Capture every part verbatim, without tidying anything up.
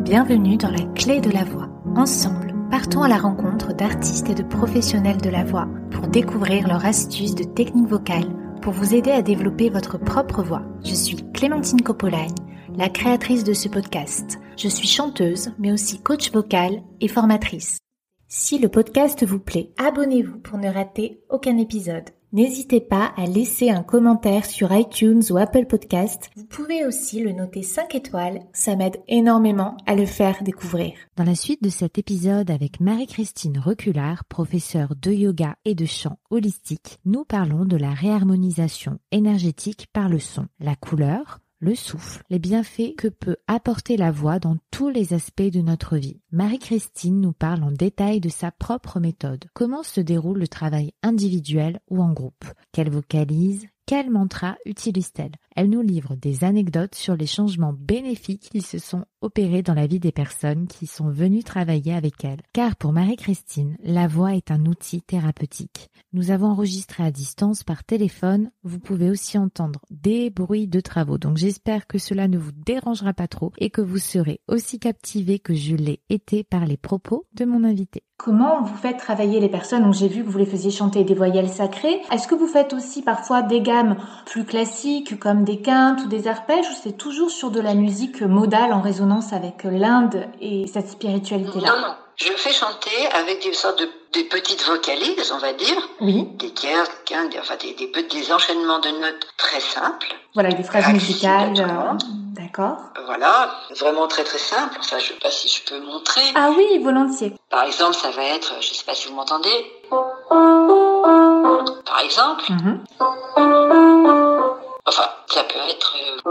Bienvenue dans la clé de la voix. Ensemble, partons à la rencontre d'artistes et de professionnels de la voix pour découvrir leurs astuces de technique vocale pour vous aider à développer votre propre voix. Je suis Clémentine Coppolagne, la créatrice de ce podcast. Je suis chanteuse, mais aussi coach vocal et formatrice. Si le podcast vous plaît, abonnez-vous pour ne rater aucun épisode. N'hésitez pas à laisser un commentaire sur iTunes ou Apple Podcast. Vous pouvez aussi le noter cinq étoiles, ça m'aide énormément à le faire découvrir. Dans la suite de cet épisode avec Marie-Christine Reculard, professeure de yoga et de chant holistique, nous parlons de la réharmonisation énergétique par le son, la couleur, le souffle, les bienfaits que peut apporter la voix dans tous les aspects de notre vie. Marie-Christine nous parle en détail de sa propre méthode. Comment se déroule le travail individuel ou en groupe? Qu'elle vocalise? Quel mantra utilise-t-elle? Elle nous livre des anecdotes sur les changements bénéfiques qui se sont opérés dans la vie des personnes qui sont venues travailler avec elle. Car pour Marie-Christine, la voix est un outil thérapeutique. Nous avons enregistré à distance par téléphone. Vous pouvez aussi entendre des bruits de travaux. Donc j'espère que cela ne vous dérangera pas trop et que vous serez aussi captivés que je l'ai été par les propos de mon invité. Comment vous faites travailler les personnes? Donc j'ai vu que vous les faisiez chanter des voyelles sacrées. Est-ce que vous faites aussi parfois des gammes plus classiques comme des quintes ou des arpèges, ou c'est toujours sur de la musique modale en résonance avec l'Inde et cette spiritualité-là? Non, non. Je fais chanter avec des sortes de des petites vocalises, on va dire. Oui. Des tierces, des quintes, des, enfin des, des, des enchaînements de notes très simples. Voilà, des phrases musicales. Euh, d'accord. Voilà, vraiment très très simple. Enfin, je ne sais pas si je peux montrer. Ah oui, volontiers. Par exemple, ça va être, je ne sais pas si vous m'entendez. Par exemple. Mm-hmm. Enfin, ça peut être...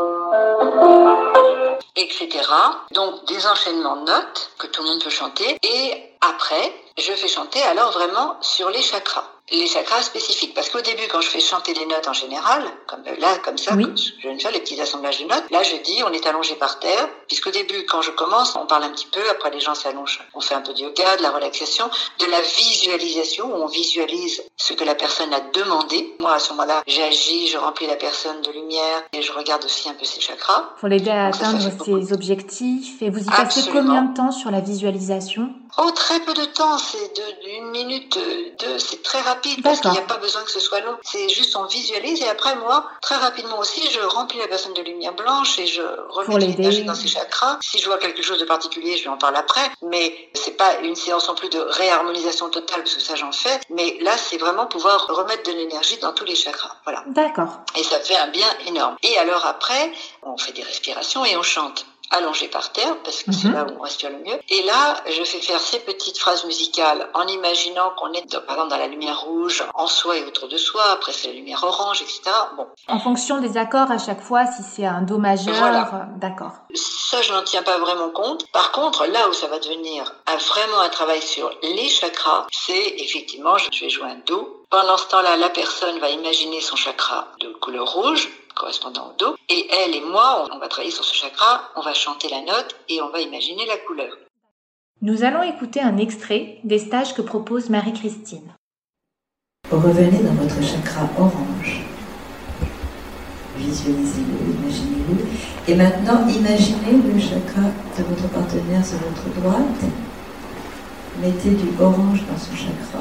Euh, et cetera. Donc, des enchaînements de notes que tout le monde peut chanter. Et après, je fais chanter alors vraiment sur les chakras. Les chakras spécifiques. Parce qu'au début, quand je fais chanter les notes en général, comme là, comme ça, oui. Comme je viens de faire les petits assemblages de notes, là, je dis, on est allongé par terre. Puisqu'au début, quand je commence, on parle un petit peu. Après, les gens s'allongent. On fait un peu de yoga, de la relaxation, de la visualisation, où on visualise ce que la personne a demandé. Moi, à ce moment-là, j'agis, je remplis la personne de lumière et je regarde aussi un peu ses chakras. Pour l'aider à Donc, atteindre ça, ça ses objectifs. Et vous y passez Absolument. Combien de temps sur la visualisation? Oh, très peu de temps. C'est de, d'une minute, deux. C'est très rapide. Parce qu'il n'y a pas besoin que ce soit long. C'est juste on visualise et après moi, très rapidement aussi, je remplis la personne de lumière blanche et je remets de l'énergie dans ses chakras. Si je vois quelque chose de particulier, je lui en parle après. Mais c'est pas une séance non plus de réharmonisation totale parce que ça j'en fais. Mais là, c'est vraiment pouvoir remettre de l'énergie dans tous les chakras. Voilà. D'accord. Et ça fait un bien énorme. Et alors après, on fait des respirations et on chante. Allongé par terre, parce que mm-hmm. c'est là où on respire le mieux. Et là, je fais faire ces petites phrases musicales en imaginant qu'on est, dans, par exemple, dans la lumière rouge, en soi et autour de soi. Après, c'est la lumière orange, et cetera. Bon. En fonction des accords à chaque fois, si c'est un do majeur, voilà. euh, d'accord. Ça, je n'en tiens pas vraiment compte. Par contre, là où ça va devenir un, vraiment un travail sur les chakras, c'est effectivement, je vais jouer un do. Pendant ce temps-là, la personne va imaginer son chakra de couleur rouge, correspondant au do, et elle et moi, on va travailler sur ce chakra, on va chanter la note et on va imaginer la couleur. Nous allons écouter un extrait des stages que propose Marie-Christine. Revenez dans votre chakra orange. Visualisez-le, imaginez-le. Et maintenant, imaginez le chakra de votre partenaire sur votre droite. Mettez du orange dans son chakra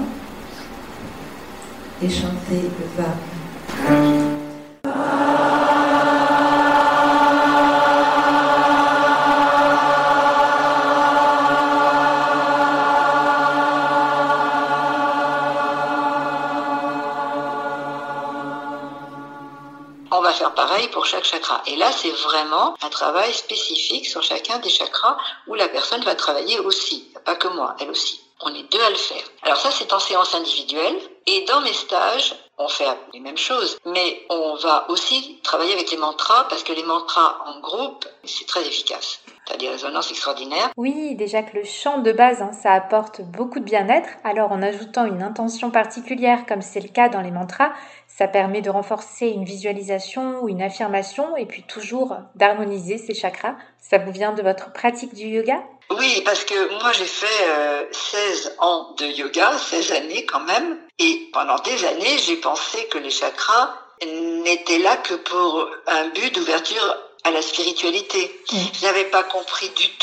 et chantez le va. On va faire pareil pour chaque chakra. Et là, c'est vraiment un travail spécifique sur chacun des chakras où la personne va travailler aussi. Pas que moi, elle aussi. On est deux à le faire. Alors ça, c'est en séance individuelle. Et dans mes stages, on fait les mêmes choses. Mais on va aussi travailler avec les mantras parce que les mantras en groupe, c'est très efficace. Tu as des résonances extraordinaires. Oui, déjà que le chant de base, hein, ça apporte beaucoup de bien-être. Alors en ajoutant une intention particulière, comme c'est le cas dans les mantras, ça permet de renforcer une visualisation ou une affirmation et puis toujours d'harmoniser ces chakras. Ça vous vient de votre pratique du yoga ? Oui, parce que moi j'ai fait euh, seize ans de yoga, seize années quand même. Et pendant des années, j'ai pensé que les chakras n'étaient là que pour un but d'ouverture à la spiritualité. Mmh. Je n'avais pas compris du tout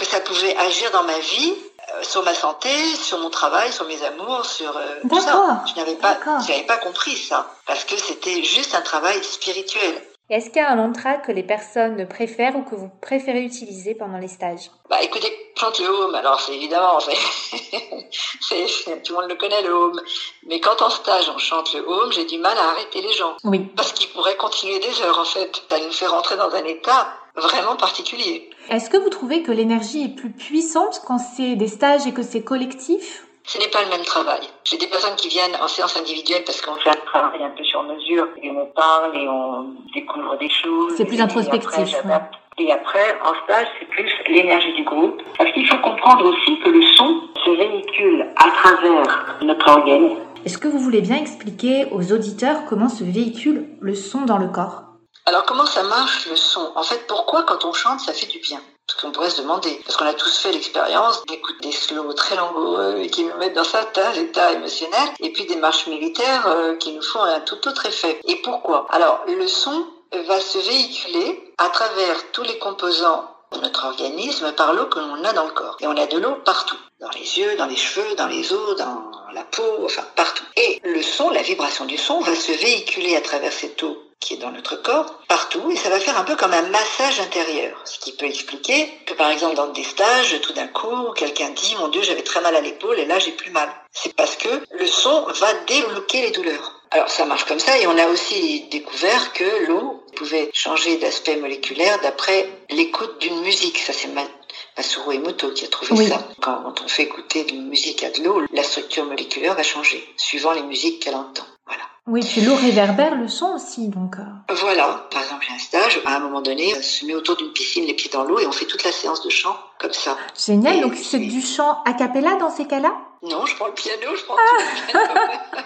que ça pouvait agir dans ma vie, euh, sur ma santé, sur mon travail, sur mes amours, sur euh, tout ça. Je n'avais pas, je n'avais pas compris ça, parce que c'était juste un travail spirituel. Est-ce qu'il y a un mantra que les personnes préfèrent ou que vous préférez utiliser pendant les stages? Bah écoutez, chante le home, alors c'est évidemment, c'est, c'est, c'est, tout le monde le connaît le home, mais quand en stage on chante le home, j'ai du mal à arrêter les gens. Oui. Parce qu'ils pourraient continuer des heures en fait. Ça nous fait rentrer dans un état vraiment particulier. Est-ce que vous trouvez que l'énergie est plus puissante quand c'est des stages et que c'est collectif? Ce n'est pas le même travail. J'ai des personnes qui viennent en séance individuelle parce qu'on fait un travail un peu sur mesure et on parle et on découvre des choses. C'est plus introspectif. Et après, ouais. et après, en stage, c'est plus l'énergie du groupe. Parce qu'il faut comprendre aussi que le son se véhicule à travers notre organe. Est-ce que vous voulez bien expliquer aux auditeurs comment se véhicule le son dans le corps? Alors, comment ça marche le son? En fait, pourquoi quand on chante, ça fait du bien? Parce qu'on pourrait se demander, parce qu'on a tous fait l'expérience d'écouter des slows très langoureux et qui nous mettent dans certains états émotionnels, et puis des marches militaires euh, qui nous font un tout autre effet. Et pourquoi? Alors, le son va se véhiculer à travers tous les composants de notre organisme par l'eau que l'on a dans le corps. Et on a de l'eau partout. Dans les yeux, dans les cheveux, dans les os, dans la peau, enfin partout. Et le son, la vibration du son va se véhiculer à travers cette eau qui est dans notre corps, partout, et ça va faire un peu comme un massage intérieur. Ce qui peut expliquer que, par exemple, dans des stages, tout d'un coup, quelqu'un dit « Mon Dieu, j'avais très mal à l'épaule et là, j'ai plus mal ». C'est parce que le son va débloquer les douleurs. Alors, ça marche comme ça, et on a aussi découvert que l'eau pouvait changer d'aspect moléculaire d'après l'écoute d'une musique. Ça, c'est Masaru Emoto qui a trouvé oui. ça. Quand on fait écouter de musique à de l'eau, la structure moléculaire va changer, suivant les musiques qu'elle entend. Voilà. Oui, puis l'eau réverbère le son aussi, donc. Voilà. Par exemple, j'ai un stage, à un moment donné, on se met autour d'une piscine, les pieds dans l'eau, et on fait toute la séance de chant, comme ça. Génial, et donc c'est du chant a cappella dans ces cas-là? Non, je prends le piano, je prends ah. tout.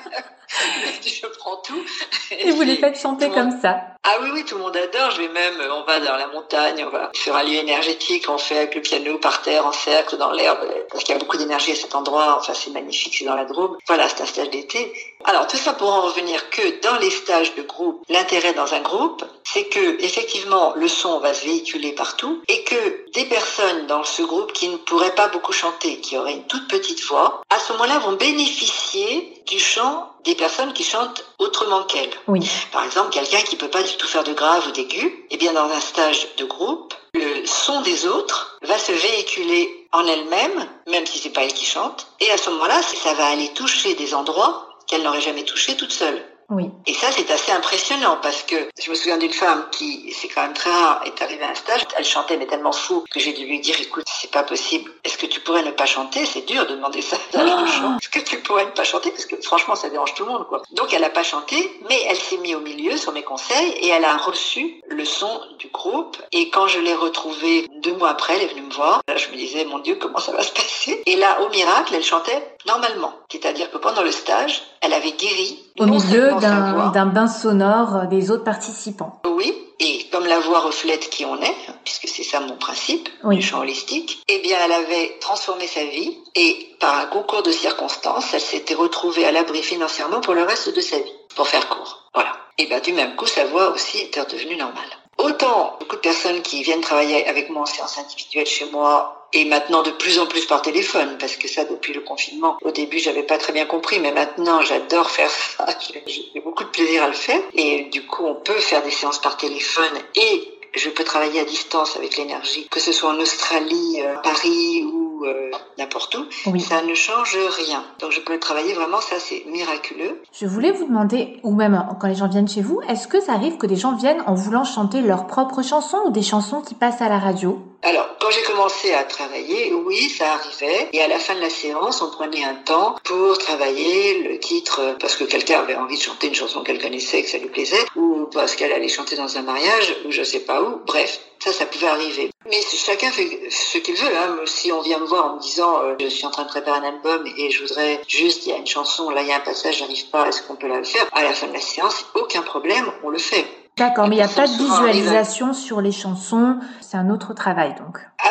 Je prends tout. Et, et vous les faites chanter comme monde... ça? Ah oui, oui, tout le monde adore. Je vais même, on va dans la montagne, on va sur un lieu énergétique, on fait avec le piano par terre, en cercle, dans l'herbe, parce qu'il y a beaucoup d'énergie à cet endroit. Enfin, c'est magnifique, c'est dans la Drôme. Voilà, c'est un stage d'été. Alors, tout ça pour en revenir que dans les stages de groupe, l'intérêt dans un groupe, c'est que, effectivement, le son va se véhiculer partout et que des personnes dans ce groupe qui ne pourraient pas beaucoup chanter, qui auraient une toute petite voix, à ce moment-là vont bénéficier du chant des personnes qui chantent autrement qu'elles. Oui. Par exemple, quelqu'un qui peut pas du tout faire de grave ou d'aigu, eh bien, dans un stage de groupe, le son des autres va se véhiculer en elle-même, même si c'est pas elle qui chante, et à ce moment-là, ça va aller toucher des endroits qu'elle n'aurait jamais touchés toute seule. Oui. Et ça, c'est assez impressionnant parce que je me souviens d'une femme qui, c'est quand même très rare, est arrivée à un stage. Elle chantait, mais tellement fou que j'ai dû lui dire, écoute, c'est pas possible. Est-ce que tu pourrais ne pas chanter? C'est dur de demander ça dans le chant. Est-ce que tu pourrais ne pas chanter? Parce que franchement, ça dérange tout le monde, quoi. Donc, elle a pas chanté, mais elle s'est mise au milieu sur mes conseils et elle a reçu le son du groupe. Et quand je l'ai retrouvée deux mois après, elle est venue me voir. Là, je me disais, mon Dieu, comment ça va se passer? Et là, au miracle, elle chantait normalement. C'est-à-dire que pendant le stage, elle avait guéri. Au milieu d'un, d'un bain sonore des autres participants. Oui, et comme la voix reflète qui on est, puisque c'est ça mon principe, oui. du chant holistique, eh bien elle avait transformé sa vie et par un concours de circonstances, elle s'était retrouvée à l'abri financièrement pour le reste de sa vie, pour faire court. Voilà. Et bien du même coup, sa voix aussi était redevenue normale. Autant beaucoup de personnes qui viennent travailler avec moi en séance individuelle chez moi, et maintenant de plus en plus par téléphone, parce que ça, depuis le confinement, au début, j'avais pas très bien compris, mais maintenant, j'adore faire ça. J'ai beaucoup de plaisir à le faire. Et du coup, on peut faire des séances par téléphone et je peux travailler à distance avec l'énergie, que ce soit en Australie, euh, Paris ou euh, n'importe où. Oui. Ça ne change rien. Donc, je peux le travailler vraiment, ça, c'est miraculeux. Je voulais vous demander, ou même quand les gens viennent chez vous, est-ce que ça arrive que des gens viennent en voulant chanter leurs propres chansons ou des chansons qui passent à la radio? Alors, quand j'ai commencé à travailler, oui, ça arrivait. Et à la fin de la séance, on prenait un temps pour travailler le titre, parce que quelqu'un avait envie de chanter une chanson qu'elle connaissait, que ça lui plaisait, ou parce qu'elle allait chanter dans un mariage, ou je sais pas où. Bref, ça, ça pouvait arriver. Mais chacun fait ce qu'il veut. Hein. Si on vient me voir en me disant euh, je suis en train de préparer un album et je voudrais juste, il y a une chanson, là il y a un passage, j'arrive pas, est-ce qu'on peut la faire? À la fin de la séance, aucun problème, on le fait. D'accord, mais il n'y a pas de visualisation sur les chansons, c'est un autre travail donc. À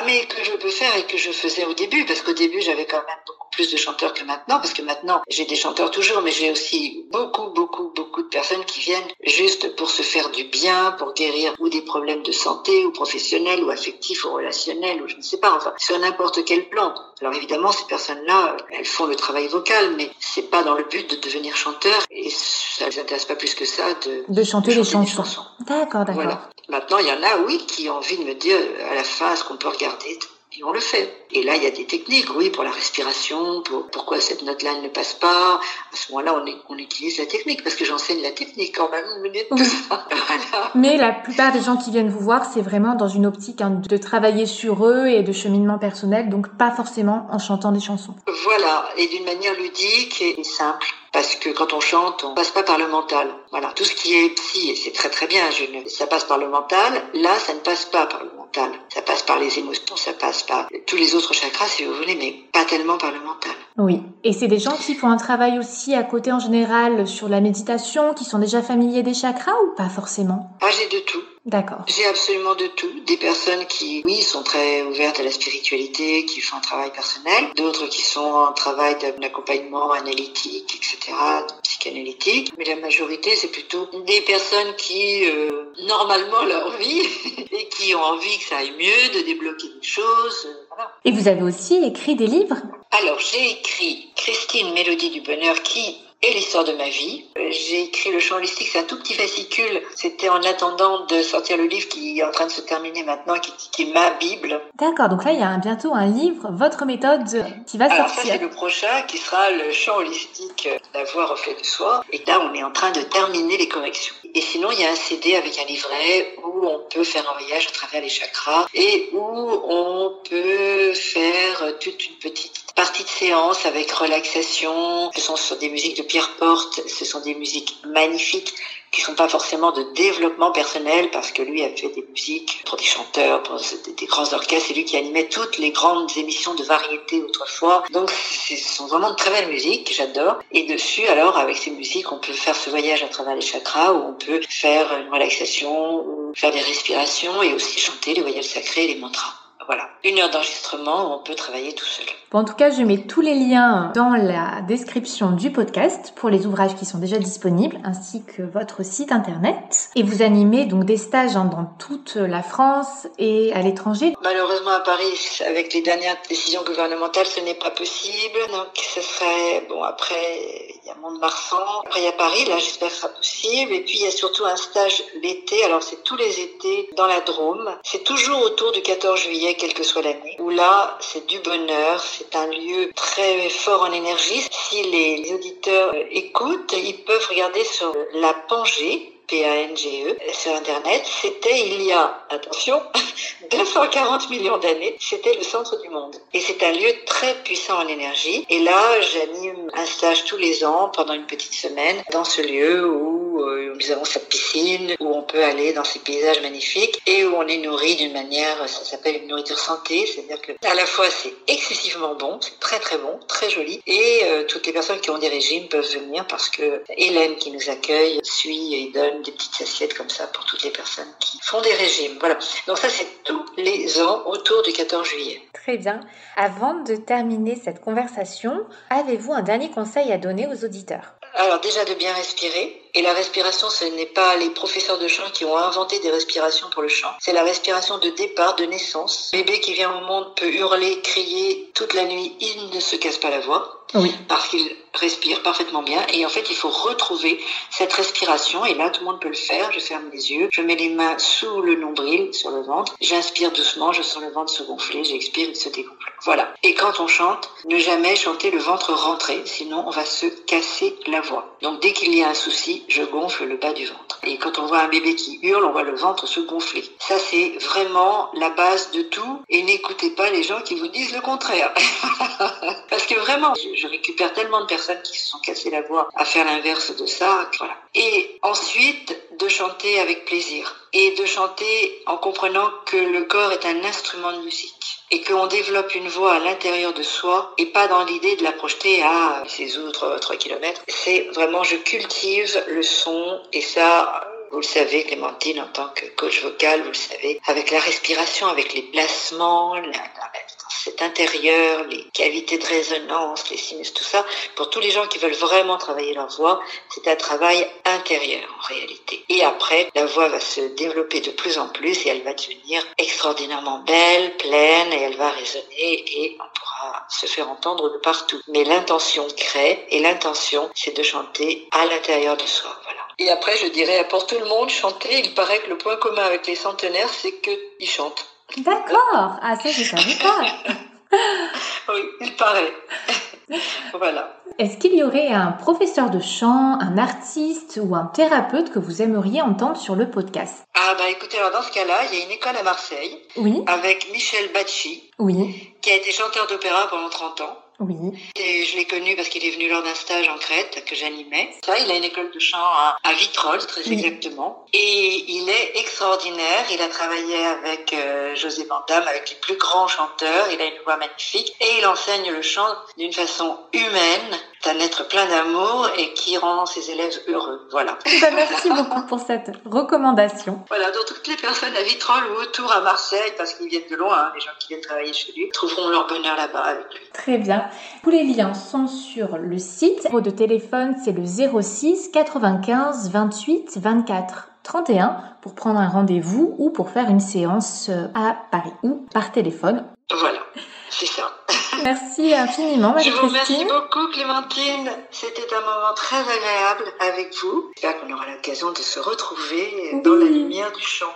mais que je peux faire et que je faisais au début, parce qu'au début, j'avais quand même beaucoup plus de chanteurs que maintenant, parce que maintenant, j'ai des chanteurs toujours, mais j'ai aussi beaucoup, beaucoup, beaucoup de personnes qui viennent juste pour se faire du bien, pour guérir ou des problèmes de santé, ou professionnels, ou affectifs, ou relationnels, ou je ne sais pas, enfin, sur n'importe quel plan. Alors évidemment, ces personnes-là, elles font le travail vocal, mais c'est pas dans le but de devenir chanteur, et ça les intéresse pas plus que ça de, de chanter, de les chanter chansons. des chansons. D'accord, d'accord. Voilà. Maintenant, il y en a, oui, qui ont envie de me dire à la fin ce qu'on peut regarder. Et on le fait. Et là, il y a des techniques, oui, pour la respiration, pour pourquoi cette note-là ne passe pas. À ce moment-là, on, est, on utilise la technique, parce que j'enseigne la technique quand même, au milieu de tout oui. ça. Voilà. Mais la plupart des gens qui viennent vous voir, c'est vraiment dans une optique hein, de travailler sur eux et de cheminement personnel, donc pas forcément en chantant des chansons. Voilà, et d'une manière ludique et simple. Parce que quand on chante, on passe pas par le mental. Voilà, tout ce qui est psy, et c'est très très bien, je ne... ça passe par le mental. Là, ça ne passe pas par le mental. Ça passe par les émotions, ça passe par tous les autres chakras, si vous voulez, mais pas tellement par le mental. Oui, et c'est des gens qui font un travail aussi à côté en général sur la méditation, qui sont déjà familiers des chakras ou pas forcément? Ah, j'ai de tout. D'accord. J'ai absolument de tout. Des personnes qui, oui, sont très ouvertes à la spiritualité, qui font un travail personnel. D'autres qui sont en travail d'accompagnement analytique, et cetera, psychanalytique. Mais la majorité, c'est plutôt des personnes qui, euh, normalement, leur vie, et qui ont envie que ça aille mieux, de débloquer des choses. Voilà. Et vous avez aussi écrit des livres? Alors, j'ai écrit Christine, Mélodie du bonheur, qui et l'histoire de ma vie. J'ai écrit le chant holistique, c'est un tout petit fascicule. C'était en attendant de sortir le livre qui est en train de se terminer maintenant, qui, qui est ma Bible. D'accord, donc là il y a un, bientôt un livre, votre méthode, qui va Alors sortir. ça c'est le prochain qui sera le chant holistique, la voix reflet de soi. Et là on est en train de terminer les corrections. Et sinon il y a un C D avec un livret où on peut faire un voyage à travers les chakras et où on peut faire toute une petite partie de séance avec relaxation. Ce sont sur des musiques de Pierre Porte, ce sont des musiques magnifiques qui sont pas forcément de développement personnel parce que lui a fait des musiques pour des chanteurs, pour des, des grands orchestres, c'est lui qui animait toutes les grandes émissions de variété autrefois. Donc ce sont vraiment de très belles musiques, j'adore. Et dessus, alors avec ces musiques, on peut faire ce voyage à travers les chakras où on peut faire une relaxation, ou faire des respirations et aussi chanter les voyelles sacrées et les mantras. Voilà, une heure d'enregistrement où on peut travailler tout seul. Bon, en tout cas, je mets tous les liens dans la description du podcast pour les ouvrages qui sont déjà disponibles, ainsi que votre site internet. Et vous animez donc des stages hein, dans toute la France et à l'étranger. Malheureusement, à Paris, avec les dernières décisions gouvernementales, ce n'est pas possible. Donc, ce serait, bon, après, il y a Mont-de-Marsan. Après, il y a Paris, là, j'espère que ce sera possible. Et puis, il y a surtout un stage l'été. Alors, c'est tous les étés dans la Drôme. C'est toujours autour du quatorze juillet, quelle que soit l'année, où là, c'est du bonheur, c'est un lieu très fort en énergie. Si les auditeurs écoutent, ils peuvent regarder sur la Pangée, P A N G E, sur Internet. C'était il y a, attention, deux cent quarante millions d'années, c'était le centre du monde. Et c'est un lieu très puissant en énergie. Et là, j'anime un stage tous les ans, pendant une petite semaine, dans ce lieu où euh, nous avons cette piscine, où on peut aller dans ces paysages magnifiques, et où on est nourri d'une manière, ça s'appelle une nourriture santé, c'est-à-dire que à la fois c'est excessivement bon, c'est très très bon, très joli, et euh, toutes les personnes qui ont des régimes peuvent venir parce que Hélène qui nous accueille suit et donne des petites assiettes comme ça pour toutes les personnes qui font des régimes. Voilà. Donc ça, c'est tous les ans autour du quatorze juillet. Très bien. Avant de terminer cette conversation, avez-vous un dernier conseil à donner aux auditeurs ? Alors déjà de bien respirer. Et la respiration, ce n'est pas les professeurs de chant qui ont inventé des respirations pour le chant. C'est la respiration de départ, de naissance. Le bébé qui vient au monde peut hurler, crier toute la nuit. Il ne se casse pas la voix. Oui. Parce qu'il respire parfaitement bien. Et en fait, il faut retrouver cette respiration. Et là, tout le monde peut le faire. Je ferme les yeux. Je mets les mains sous le nombril, sur le ventre. J'inspire doucement. Je sens le ventre se gonfler. J'expire, il se dégonfle. Voilà. Et quand on chante, ne jamais chanter le ventre rentré. Sinon, on va se casser la voix. Donc, dès qu'il y a un souci, je gonfle le bas du ventre. Et quand on voit un bébé qui hurle, on voit le ventre se gonfler. Ça, c'est vraiment la base de tout. Et n'écoutez pas les gens qui vous disent le contraire. Parce que vraiment, je, je récupère tellement de personnes qui se sont cassées la voix à faire l'inverse de ça. Voilà. Et ensuite, de chanter avec plaisir. Et de chanter en comprenant que le corps est un instrument de musique. Et qu'on développe une voix à l'intérieur de soi et pas dans l'idée de la projeter à ces autres trois kilomètres. C'est vraiment, je cultive le son et ça, Vous le savez, Clémentine, en tant que coach vocal, vous le savez, avec la respiration, avec les placements, la, la, cet intérieur, les cavités de résonance, les sinus, tout ça, pour tous les gens qui veulent vraiment travailler leur voix, c'est un travail intérieur en réalité. Et après, la voix va se développer de plus en plus et elle va devenir extraordinairement belle, pleine, et elle va résonner et on pourra se faire entendre de partout. Mais l'intention crée, et l'intention, c'est de chanter à l'intérieur de soi. Voilà. Et après, je dirais, pour tout le monde, chanter, il paraît que le point commun avec les centenaires, c'est qu'ils chantent. D'accord. Ah, ça, je ne savais pas. Oui, il paraît. Voilà. Est-ce qu'il y aurait un professeur de chant, un artiste ou un thérapeute que vous aimeriez entendre sur le podcast? Ah bah écoutez, alors dans ce cas-là, il y a une école à Marseille, oui, avec Michel Bacci, oui, qui a été chanteur d'opéra pendant trente ans. Oui. Et je l'ai connu parce qu'il est venu lors d'un stage en Crète que j'animais. Ça, il a une école de chant à, à Vitrolles, très oui. exactement. Et il est extraordinaire. Il a travaillé avec euh, José Van Damme, avec les plus grands chanteurs. Il a une voix magnifique. Et il enseigne le chant d'une façon humaine. C'est un être plein d'amour et qui rend ses élèves heureux. Voilà. Ben, merci beaucoup pour cette recommandation. Voilà, donc toutes les personnes à Vitrolles ou autour à Marseille, parce qu'ils viennent de loin, hein, les gens qui viennent travailler chez lui, trouveront leur bonheur là-bas avec lui. Très bien. Tous les liens sont sur le site. Le numéro de téléphone, c'est le zéro six quatre-vingt-quinze vingt-huit vingt-quatre trente et un pour prendre un rendez-vous ou pour faire une séance à Paris ou par téléphone. Voilà, c'est ça. Merci infiniment, Marie-Christine. Je vous remercie beaucoup, Clémentine. C'était un moment très agréable avec vous. J'espère qu'on aura l'occasion de se retrouver oui. dans la lumière du chant.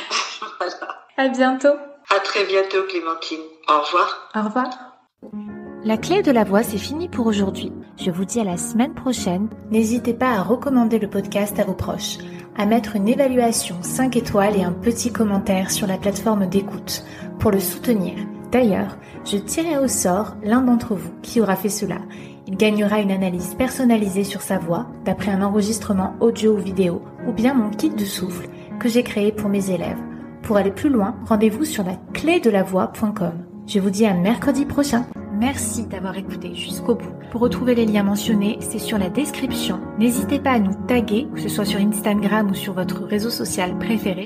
Voilà. À bientôt. À très bientôt, Clémentine. Au revoir. Au revoir. La clé de la voix, c'est fini pour aujourd'hui. Je vous dis à la semaine prochaine. N'hésitez pas à recommander le podcast à vos proches, à mettre une évaluation cinq étoiles et un petit commentaire sur la plateforme d'écoute pour le soutenir. D'ailleurs, je tirerai au sort l'un d'entre vous qui aura fait cela. Il gagnera une analyse personnalisée sur sa voix d'après un enregistrement audio ou vidéo ou bien mon kit de souffle que j'ai créé pour mes élèves. Pour aller plus loin, rendez-vous sur la clé de la voix point com. Je vous dis à mercredi prochain. Merci d'avoir écouté jusqu'au bout. Pour retrouver les liens mentionnés, c'est sur la description. N'hésitez pas à nous taguer, que ce soit sur Instagram ou sur votre réseau social préféré.